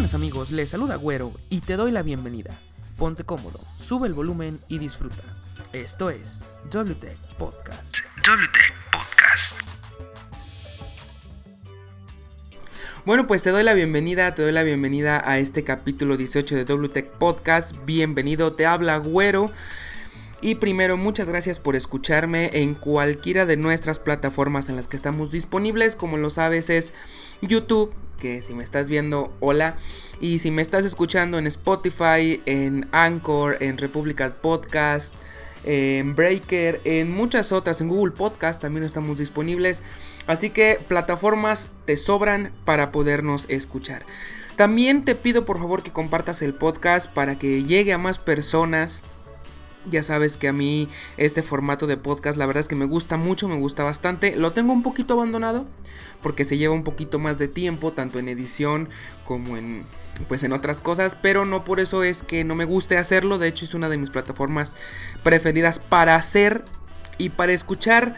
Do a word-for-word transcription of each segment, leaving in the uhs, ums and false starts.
buenas amigos, les saluda Güero y te doy la bienvenida. Ponte cómodo, sube el volumen y disfruta. Esto es WTech Podcast. WTech Podcast. Bueno, pues te doy la bienvenida, te doy la bienvenida a este capítulo dieciocho de WTech Podcast. Bienvenido, te habla Güero. Y primero, muchas gracias por escucharme en cualquiera de nuestras plataformas en las que estamos disponibles. Como lo sabes, es YouTube, que si me estás viendo, hola. Y si me estás escuchando en Spotify, en Anchor, en Republic Podcast, en Breaker, en muchas otras, en Google Podcast también estamos disponibles. Así que plataformas te sobran para podernos escuchar. También te pido por favor que compartas el podcast para que llegue a más personas. Ya sabes que a mí este formato de podcast la verdad es que me gusta mucho, me gusta bastante. Lo tengo un poquito abandonado porque se lleva un poquito más de tiempo, tanto en edición como en, pues en otras cosas. Pero no por eso es que no me guste hacerlo. De hecho es una de mis plataformas preferidas para hacer y para escuchar.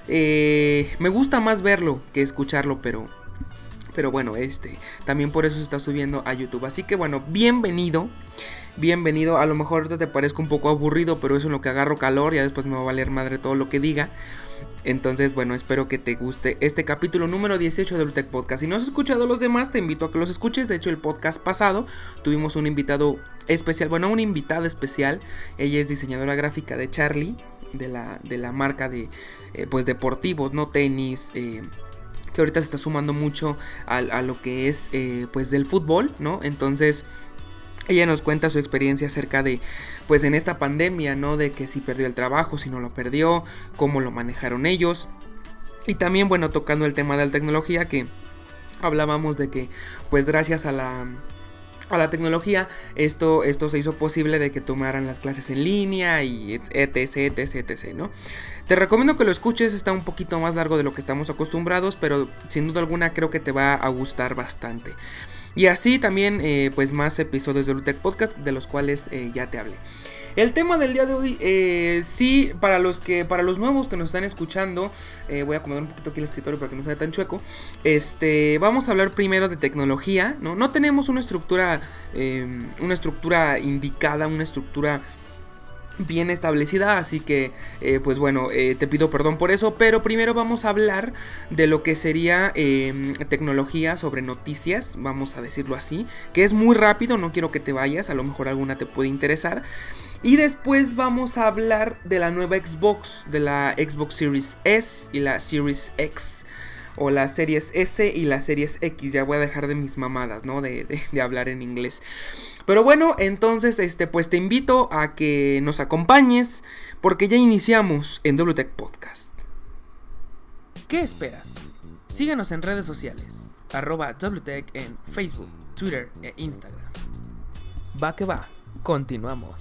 Eh, me gusta más verlo que escucharlo, pero... Pero bueno, este también por eso se está subiendo a YouTube. Así que bueno, bienvenido. Bienvenido, a lo mejor ahorita te parezca un poco aburrido, pero eso es lo que agarro calor, ya después me va a valer madre todo lo que diga. Entonces, bueno, espero que te guste este capítulo número dieciocho de WTech Podcast. Si no has escuchado los demás, te invito a que los escuches. De hecho, el podcast pasado tuvimos un invitado especial, bueno, una invitada especial. Ella es diseñadora gráfica de Charlie, de la, de la marca de, eh, pues, deportivos, no tenis, eh, que ahorita se está sumando mucho a, a lo que es, eh, pues, del fútbol, ¿no? Entonces... ella nos cuenta su experiencia acerca de, pues en esta pandemia, ¿no? De que si perdió el trabajo, si no lo perdió, cómo lo manejaron ellos. Y también, bueno, tocando el tema de la tecnología, que hablábamos de que, pues gracias a la... a la tecnología, esto, esto se hizo posible de que tomaran las clases en línea y etc, etc, etc, ¿no? Te recomiendo que lo escuches, está un poquito más largo de lo que estamos acostumbrados, pero sin duda alguna creo que te va a gustar bastante. Y así también, eh, pues más episodios de WTech Podcast, de los cuales eh, ya te hablé. El tema del día de hoy, eh, sí, para los que, para los nuevos que nos están escuchando, eh, voy a acomodar un poquito aquí el escritorio para que no sea tan chueco. Este, vamos a hablar primero de tecnología, ¿no? No tenemos una estructura, eh, una estructura indicada, una estructura bien establecida, así que eh, pues bueno, eh, te pido perdón por eso, pero primero vamos a hablar de lo que sería eh, tecnología sobre noticias, vamos a decirlo así, que es muy rápido, no quiero que te vayas, a lo mejor alguna te puede interesar. Y después vamos a hablar de la nueva Xbox, de la Xbox Series S y la Series X, o las series S y las series X. Ya voy a dejar de mis mamadas, ¿no? De, de, de hablar en inglés. Pero bueno, entonces, este, pues te invito a que nos acompañes, porque ya iniciamos en WTech Podcast. ¿Qué esperas? Síguenos en redes sociales, arroba WTech en Facebook, Twitter e Instagram. Va que va, continuamos.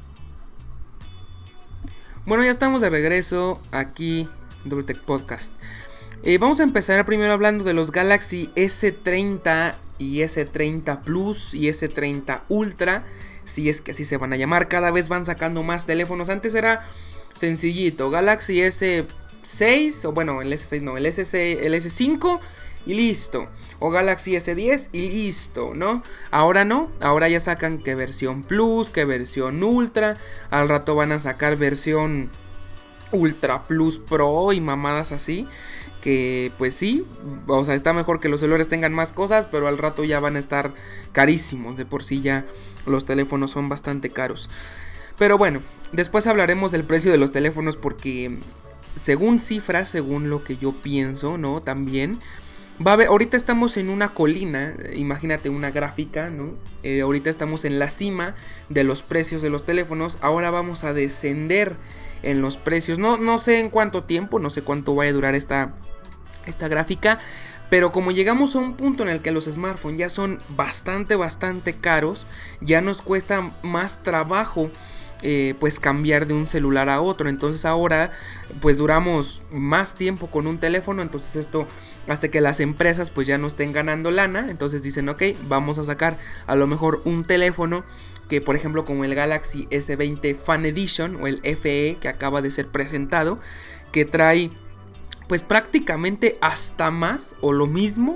Bueno, ya estamos de regreso aquí en WTech Podcast. Eh, vamos a empezar primero hablando de los Galaxy S treinta y S treinta Plus y S treinta Ultra, si es que así se van a llamar. Cada vez van sacando más teléfonos. Antes era sencillito, Galaxy S seis, o bueno, el S seis no, el S seis, el S cinco y listo. O Galaxy S diez y listo, ¿no? Ahora no, ahora ya sacan que versión Plus, que versión Ultra. Al rato van a sacar versión Ultra Plus Pro y mamadas así. Que pues sí, o sea, está mejor que los celulares tengan más cosas, pero al rato ya van a estar carísimos. De por sí ya los teléfonos son bastante caros. Pero bueno, después hablaremos del precio de los teléfonos, porque según cifras, según lo que yo pienso, ¿no? También va a haber, ahorita estamos en una colina, imagínate una gráfica, ¿no? Eh, ahorita estamos en la cima de los precios de los teléfonos. Ahora vamos a descender en los precios. No, no sé en cuánto tiempo, no sé cuánto vaya a durar esta, esta gráfica. Pero como llegamos a un punto en el que los smartphones ya son bastante, bastante caros, ya nos cuesta más trabajo eh, pues cambiar de un celular a otro. Entonces ahora pues duramos más tiempo con un teléfono. Entonces esto hace que las empresas pues ya no estén ganando lana. Entonces dicen, ok, vamos a sacar a lo mejor un teléfono que, por ejemplo, como el Galaxy S veinte Fan Edition o el F E que acaba de ser presentado, que trae pues prácticamente hasta más o lo mismo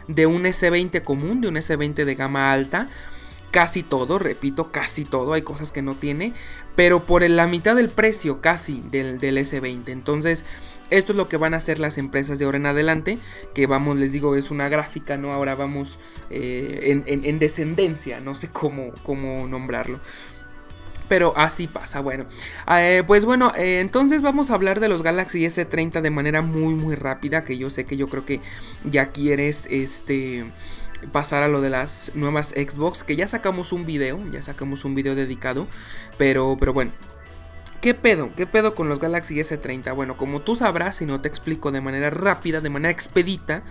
de un ese veinte común, de un ese veinte de gama alta. Casi todo, repito, casi todo, hay cosas que no tiene, pero por la mitad del precio casi del, del ese veinte. Entonces, esto es lo que van a hacer las empresas de ahora en adelante, que vamos, les digo, es una gráfica, ¿no? Ahora vamos eh, en, en, en descendencia, no sé cómo, cómo nombrarlo. Pero así pasa, bueno, eh, pues bueno, eh, entonces vamos a hablar de los Galaxy ese treinta de manera muy muy rápida, que yo sé que yo creo que ya quieres, este... pasar a lo de las nuevas Xbox, que ya sacamos un video, ya sacamos un video dedicado, pero, pero bueno, ¿qué pedo? ¿Qué pedo con los Galaxy ese treinta? Bueno, como tú sabrás, si no te explico de manera rápida, de manera expedita,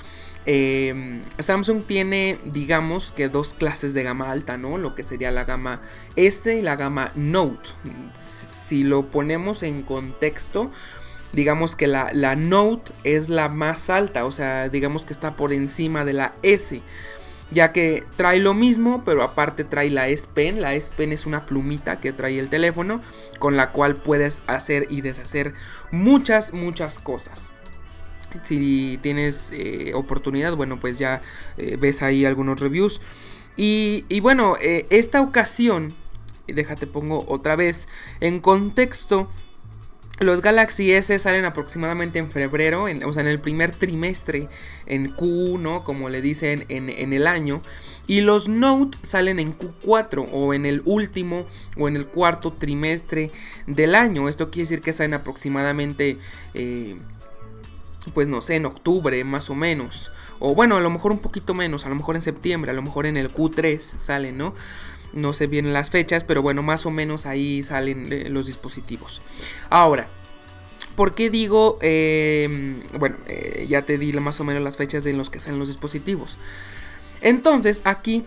eh, Samsung tiene, digamos, que dos clases de gama alta, ¿no? Lo que sería la gama S y la gama Note. Si lo ponemos en contexto, digamos que la, la Note es la más alta, o sea, digamos que está por encima de la S, ya que trae lo mismo, pero aparte trae la S Pen. La S Pen es una plumita que trae el teléfono, con la cual puedes hacer y deshacer muchas, muchas cosas. Si tienes eh, oportunidad, bueno, pues ya eh, ves ahí algunos reviews. Y, y bueno, eh, esta ocasión, déjate pongo otra vez en contexto. Los Galaxy S salen aproximadamente en febrero, en, o sea, en el primer trimestre, en Q uno, como le dicen en, en el año. Y los Note salen en Q cuatro, o en el último, o en el cuarto trimestre del año. Esto quiere decir que salen aproximadamente, eh, pues no sé, en octubre más o menos. O bueno, a lo mejor un poquito menos, a lo mejor en septiembre, a lo mejor en el Q tres salen, ¿no? No sé bien las fechas, pero bueno, más o menos ahí salen eh, los dispositivos. Ahora, ¿por qué digo? Eh, bueno, eh, ya te di más o menos las fechas de los que salen los dispositivos. Entonces, aquí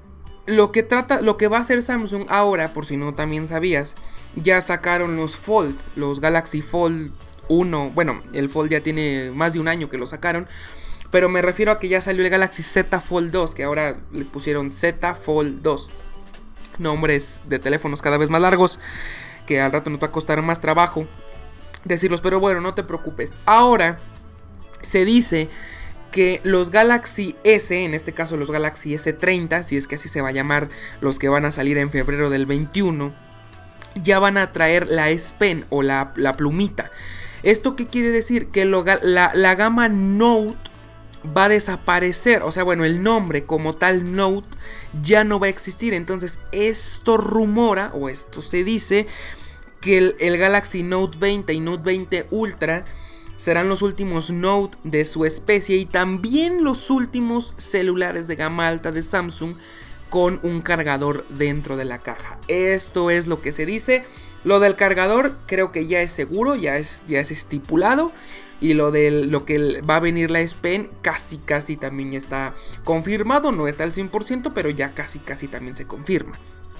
lo que trata, lo que va a hacer Samsung ahora, por si no también sabías, ya sacaron los Fold, los Galaxy Fold uno. Bueno, el Fold ya tiene más de un año que lo sacaron, pero me refiero a que ya salió el Galaxy Z Fold dos, que ahora le pusieron Z Fold dos. Nombres de teléfonos cada vez más largos, que al rato nos va a costar más trabajo decirlos, pero bueno, no te preocupes. Ahora se dice que los Galaxy S, en este caso los Galaxy ese treinta, si es que así se va a llamar los que van a salir en febrero del veintiuno, ya van a traer la S Pen o la, la plumita. ¿Esto qué quiere decir? Que lo, la, la gama Note va a desaparecer, o sea, bueno, el nombre como tal Note ya no va a existir. Entonces esto rumora, o esto se dice, que el, el Galaxy Note veinte y Note veinte Ultra serán los últimos Note de su especie, y también los últimos celulares de gama alta de Samsung con un cargador dentro de la caja. Esto es lo que se dice. Lo del cargador creo que ya es seguro, ya es, ya es estipulado. Y lo de lo que va a venir la S Pen casi casi también ya está confirmado. No está al cien por ciento, pero ya casi casi también se confirma.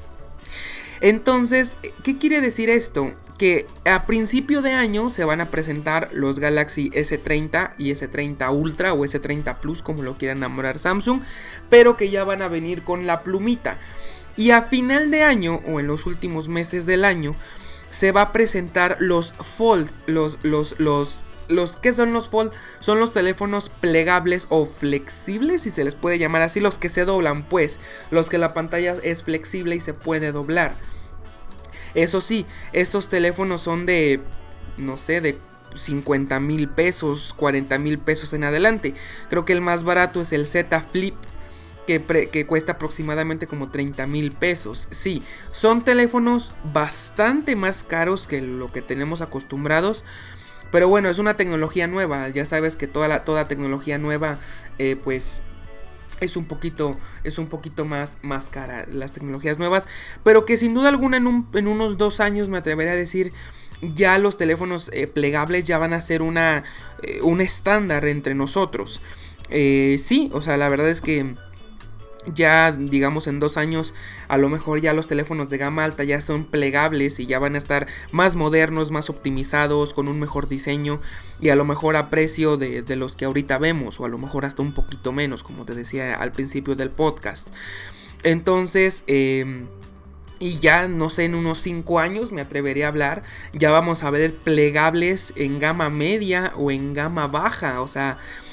Entonces, ¿qué quiere decir esto? Que a principio de año se van a presentar los Galaxy ese treinta y ese treinta Ultra o ese treinta Plus, como lo quieran nombrar Samsung, pero que ya van a venir con la plumita. Y a final de año o en los últimos meses del año se va a presentar los Fold, los los los Los que son los Fold son los teléfonos plegables o flexibles, si se les puede llamar así, los que se doblan, pues, los que la pantalla es flexible y se puede doblar. Eso sí, estos teléfonos son de, no sé, de cincuenta mil pesos, cuarenta mil pesos en adelante. Creo que el más barato es el Z Flip, que, pre, que cuesta aproximadamente como treinta mil pesos. Sí, son teléfonos bastante más caros que lo que tenemos acostumbrados. Pero bueno, es una tecnología nueva. Ya sabes que toda la toda tecnología nueva, eh, pues es un poquito es un poquito más, más cara, las tecnologías nuevas. Pero que sin duda alguna en, un, en unos dos años, me atrevería a decir, ya los teléfonos eh, plegables ya van a ser una eh, un estándar entre nosotros. Eh, sí, o sea, la verdad es que ya, digamos, en dos años a lo mejor ya los teléfonos de gama alta ya son plegables y ya van a estar más modernos, más optimizados, con un mejor diseño y a lo mejor a precio de, de los que ahorita vemos, o a lo mejor hasta un poquito menos, como te decía al principio del podcast. Entonces, eh, y ya, no sé, en unos cinco años me atrevería a hablar, ya vamos a ver plegables en gama media o en gama baja. O sea,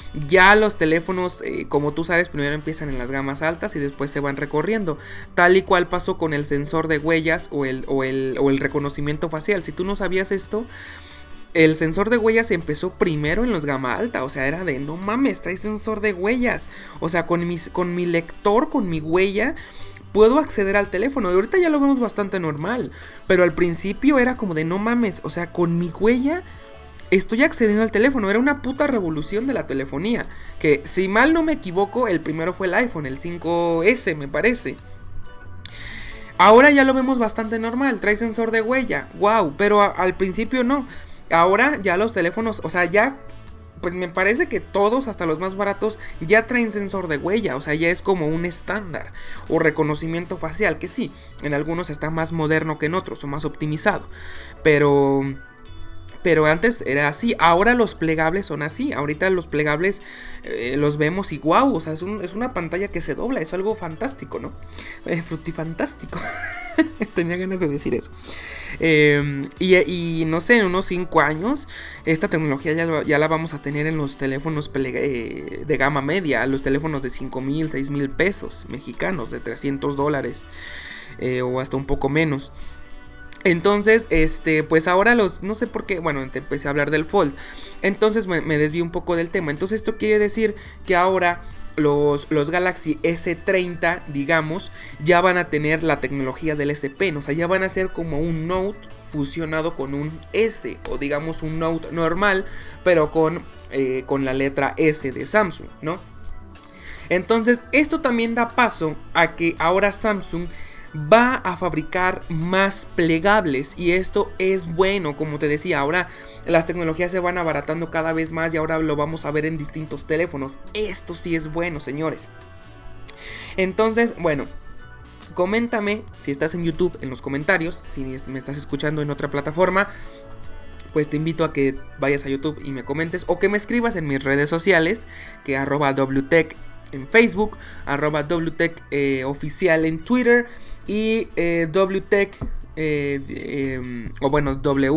Ya los teléfonos, eh, como tú sabes, primero empiezan en las gamas altas y después se van recorriendo, tal y cual pasó con el sensor de huellas o el, o el, o el reconocimiento facial. Si tú no sabías esto, el sensor de huellas empezó primero en los gama alta. O sea, era de no mames, trae sensor de huellas. O sea, con, mis, con mi lector, con mi huella, puedo acceder al teléfono. Y ahorita ya lo vemos bastante normal. Pero al principio era como de no mames. O sea, con mi huella estoy accediendo al teléfono. Era una puta revolución de la telefonía. Que si mal no me equivoco, el primero fue el iPhone, el cinco ese me parece. Ahora ya lo vemos bastante normal. Trae sensor de huella. Wow, pero a, al principio no. Ahora ya los teléfonos, o sea, ya, pues me parece que todos, hasta los más baratos, ya traen sensor de huella. O sea, ya es como un estándar. O reconocimiento facial, que sí, en algunos está más moderno que en otros, o más optimizado. Pero... Pero antes era así, ahora los plegables son así. Ahorita los plegables eh, los vemos y wow, o sea, es, un, es una pantalla que se dobla, es algo fantástico, ¿no? Eh, frutifantástico. Tenía ganas de decir eso. Eh, y, y no sé, en unos cinco años, esta tecnología ya, ya la vamos a tener en los teléfonos plega, eh, de gama media, los teléfonos de cinco mil, seis mil pesos mexicanos, de trescientos dólares eh, o hasta un poco menos. Entonces, este, pues ahora los, no sé por qué, bueno, te empecé a hablar del Fold. Entonces me, me desvío un poco del tema. Entonces esto quiere decir que ahora los, los Galaxy ese treinta, digamos, ya van a tener la tecnología del S Pen. O sea, ya van a ser como un Note fusionado con un S, o digamos un Note normal, pero con, eh, con la letra S de Samsung, ¿no? Entonces esto también da paso a que ahora Samsung va a fabricar más plegables, y esto es bueno. Como te decía, ahora las tecnologías se van abaratando cada vez más y ahora lo vamos a ver en distintos teléfonos. Esto sí es bueno, señores. Entonces, bueno, coméntame si estás en YouTube en los comentarios. Si me estás escuchando en otra plataforma, pues te invito a que vayas a YouTube y me comentes, o que me escribas en mis redes sociales, que arroba wtech en Facebook, arroba wtech eh, oficial en Twitter, y eh, wtech eh, eh, o bueno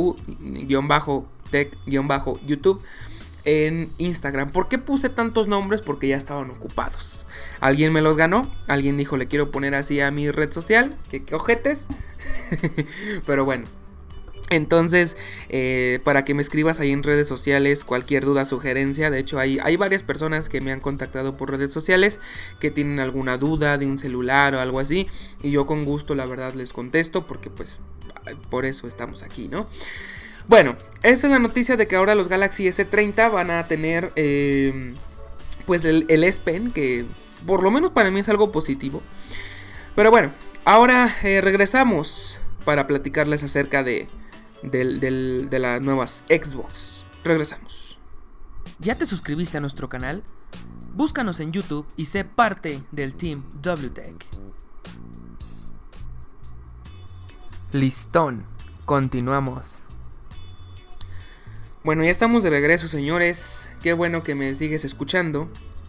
w-tech-YouTube en Instagram. ¿Por qué puse tantos nombres? Porque ya estaban ocupados. Alguien me los ganó, alguien dijo le quiero poner así a mi red social, que qué ojetes. Pero bueno, entonces, eh, para que me escribas ahí en redes sociales cualquier duda, sugerencia. De hecho, hay, hay varias personas que me han contactado por redes sociales que tienen alguna duda de un celular o algo así, y yo con gusto, la verdad, les contesto, porque pues por eso estamos aquí, ¿no? Bueno, esa es la noticia de que ahora los Galaxy ese treinta van a tener eh, pues el, el S Pen, que por lo menos para mí es algo positivo. Pero bueno, ahora eh, regresamos para platicarles acerca de... Del, del, de las nuevas Xbox. Regresamos. ¿Ya te suscribiste a nuestro canal? Búscanos en YouTube y sé parte del Team WTech. Listón, continuamos. Bueno, ya estamos de regreso, señores. Qué bueno que me sigues escuchando.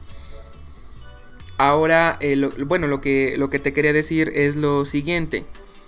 Ahora, eh, lo, bueno, lo que, lo que te quería decir es lo siguiente.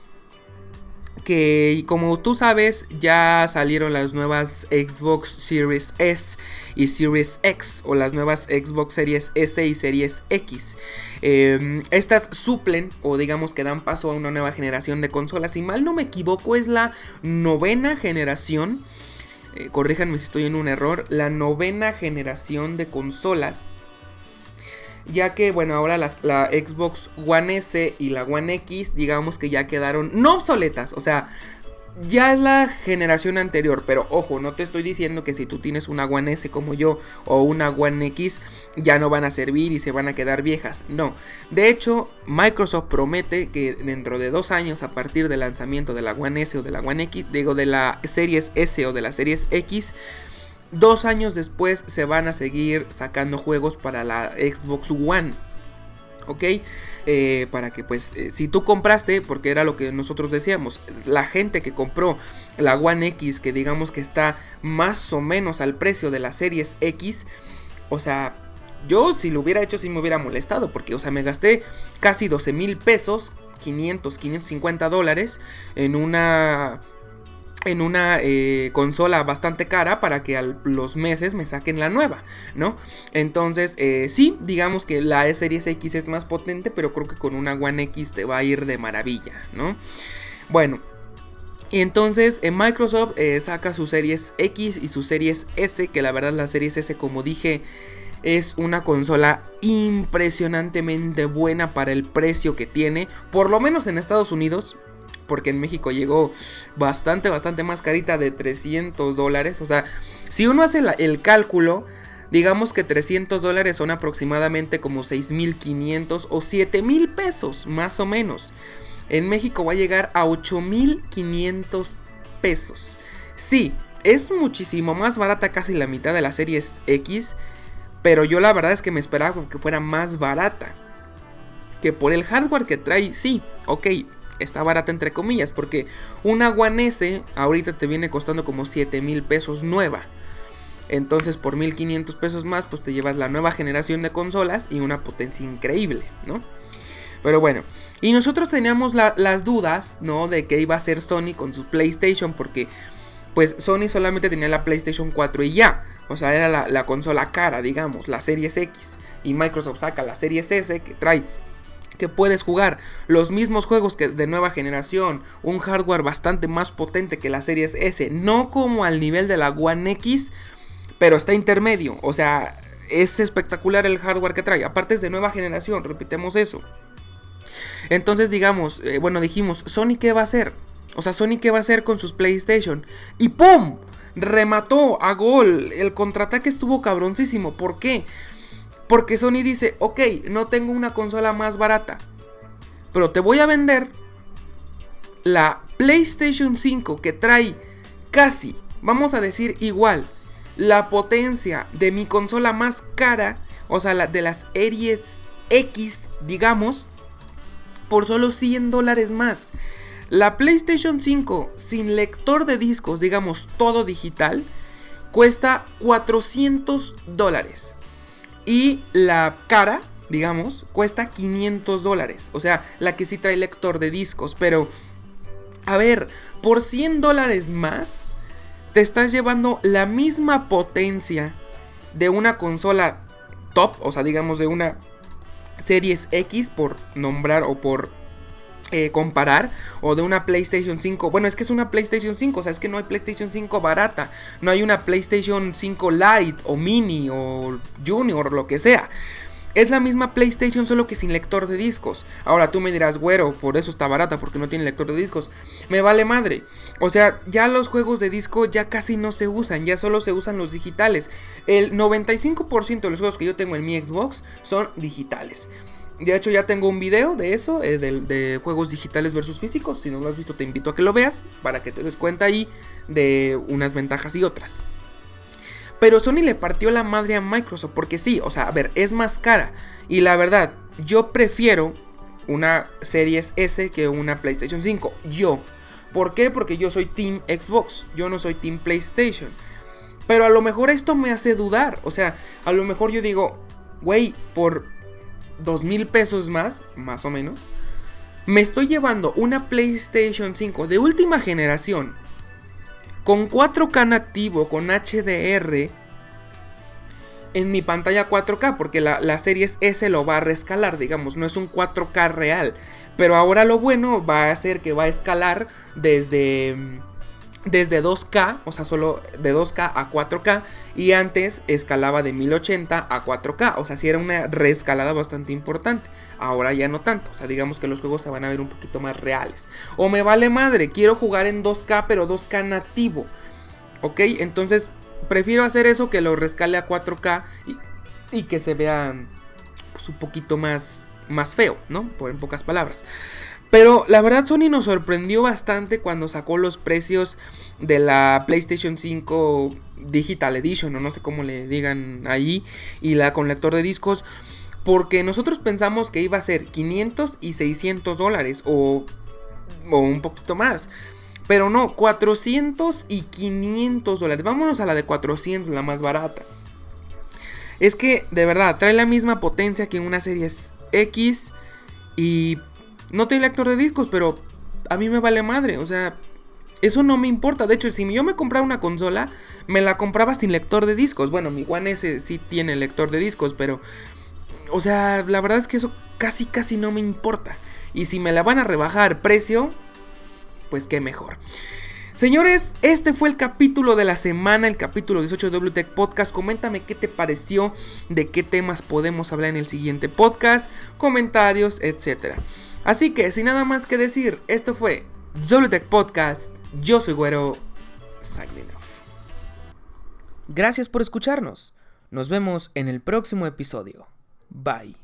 Que como tú sabes, ya salieron las nuevas Xbox Series S y Series X, o las nuevas Xbox Series S y Series X. eh, Estas suplen, o digamos que dan paso a una nueva generación de consolas. Si mal no me equivoco, es la novena generación, eh, corríjanme si estoy en un error, la novena generación de consolas. Ya que, bueno, ahora las, la Xbox One S y la One X, digamos que ya quedaron no obsoletas. O sea, ya es la generación anterior. Pero ojo, no te estoy diciendo que si tú tienes una One S como yo o una One X, ya no van a servir y se van a quedar viejas. No, de hecho, Microsoft promete que dentro de dos años, a partir del lanzamiento de la One S o de la One X, digo, de la Series S o de la Series X, dos años después se van a seguir sacando juegos para la Xbox One. ¿Ok? Eh, para que pues eh, si tú compraste, porque era lo que nosotros decíamos, la gente que compró la One X, que digamos que está más o menos al precio de la Series X, o sea, yo si lo hubiera hecho sí me hubiera molestado, porque o sea, me gasté casi doce mil pesos, quinientos, quinientos cincuenta dólares en una en una eh, consola bastante cara para que a los meses me saquen la nueva, ¿no? Entonces, eh, sí, digamos que la Series X es más potente, pero creo que con una One X te va a ir de maravilla, ¿no? Bueno, entonces eh, Microsoft eh, saca sus Series X y sus Series S, que la verdad la Series S, como dije, es una consola impresionantemente buena para el precio que tiene, por lo menos en Estados Unidos. Porque en México llegó bastante, bastante más carita, de trescientos dólares. O sea, si uno hace la, el cálculo, digamos que trescientos dólares son aproximadamente como seis mil quinientos o siete mil pesos, más o menos. En México va a llegar a ocho mil quinientos pesos. Sí, es muchísimo más barata, casi la mitad de la Series X. Pero yo la verdad es que me esperaba que fuera más barata. Que por el hardware que trae, sí, ok, está barata entre comillas, porque una One S ahorita te viene costando como siete mil pesos nueva. Entonces por mil quinientos pesos más, pues te llevas la nueva generación de consolas y una potencia increíble, ¿no? Pero bueno, y nosotros teníamos la, las dudas, ¿no? De qué iba a hacer Sony con su PlayStation, porque pues Sony solamente tenía la PlayStation cuatro y ya. O sea, era la, la consola cara, digamos, la Series X. Y Microsoft saca la Series S, que trae, que puedes jugar los mismos juegos que de nueva generación, un hardware bastante más potente que la Series S, no como al nivel de la One X, pero está intermedio. O sea, es espectacular el hardware que trae, aparte es de nueva generación, repitemos eso. Entonces digamos, eh, bueno, dijimos, ¿Sony qué va a hacer? O sea, ¿Sony qué va a hacer con sus PlayStation? Y ¡pum! Remató a gol, el contraataque estuvo cabroncísimo. ¿Por qué? Porque Sony dice, ok, no tengo una consola más barata, pero te voy a vender la PlayStation cinco que trae casi, vamos a decir igual, la potencia de mi consola más cara, o sea, la de las Series X, digamos, por solo cien dólares más. La PlayStation cinco sin lector de discos, digamos todo digital, cuesta cuatrocientos dólares. Y la cara, digamos, cuesta quinientos dólares. O sea, la que sí trae lector de discos. Pero, a ver, por cien dólares más, te estás llevando la misma potencia de una consola top. O sea, digamos, de una Series X, por nombrar o por eh, comparar. O de una PlayStation cinco. Bueno, es que es una PlayStation cinco. O sea, es que no hay PlayStation cinco barata. No hay una PlayStation cinco Lite o Mini o Junior o lo que sea. Es la misma PlayStation, solo que sin lector de discos. Ahora tú me dirás, güero, por eso está barata, porque no tiene lector de discos. Me vale madre. O sea, ya los juegos de disco ya casi no se usan. Ya solo se usan los digitales. El noventa y cinco por ciento de los juegos que yo tengo en mi Xbox son digitales. De hecho ya tengo un video de eso, eh, de, de juegos digitales versus físicos. Si no lo has visto te invito a que lo veas, para que te des cuenta ahí de unas ventajas y otras. Pero Sony le partió la madre a Microsoft, porque sí, o sea, a ver, es más cara. Y la verdad, yo prefiero una Series S que una PlayStation cinco. Yo. ¿Por qué? Porque yo soy Team Xbox, yo no soy Team PlayStation. Pero a lo mejor esto me hace dudar. O sea, a lo mejor yo digo, güey, por dos mil pesos más, más o menos, me estoy llevando una PlayStation cinco de última generación, con cuatro K nativo, con H D R, en mi pantalla cuatro K, porque la, la Series S lo va a reescalar, digamos, no es un cuatro K real. Pero ahora lo bueno va a ser que va a escalar desde, desde dos K, o sea, solo de dos K a cuatro K. Y antes escalaba de mil ochenta a cuatro K, o sea, sí era una reescalada bastante importante. Ahora ya no tanto, o sea, digamos que los juegos se van a ver un poquito más reales. O me vale madre, quiero jugar en dos K, pero dos K nativo. Ok, entonces prefiero hacer eso, que lo rescale a cuatro K y, y que se vea pues, un poquito más, más feo, ¿no? Por en pocas palabras. Pero la verdad Sony nos sorprendió bastante cuando sacó los precios de la PlayStation cinco Digital Edition, o no sé cómo le digan ahí, y la con lector de discos, porque nosotros pensamos que iba a ser quinientos y seiscientos dólares o, o un poquito más. Pero no, cuatrocientos y quinientos dólares. Vámonos a la de cuatrocientos, la más barata. Es que, de verdad, trae la misma potencia que una Series X. Y no tiene lector de discos, pero a mí me vale madre. O sea, Eso no me importa. De hecho, si yo me comprara una consola, me la compraba sin lector de discos. Bueno, mi One S sí tiene lector de discos, pero... O sea, la verdad es que eso casi casi no me importa. Y si me la van a rebajar precio, pues qué mejor. Señores, este fue el capítulo de la semana, el capítulo dieciocho de WTech Podcast. Coméntame qué te pareció, de qué temas podemos hablar en el siguiente podcast, comentarios, etcétera. Así que, sin nada más que decir, esto fue WTech Podcast. Yo soy Güero, signing off. Gracias por escucharnos. Nos vemos en el próximo episodio. Bye.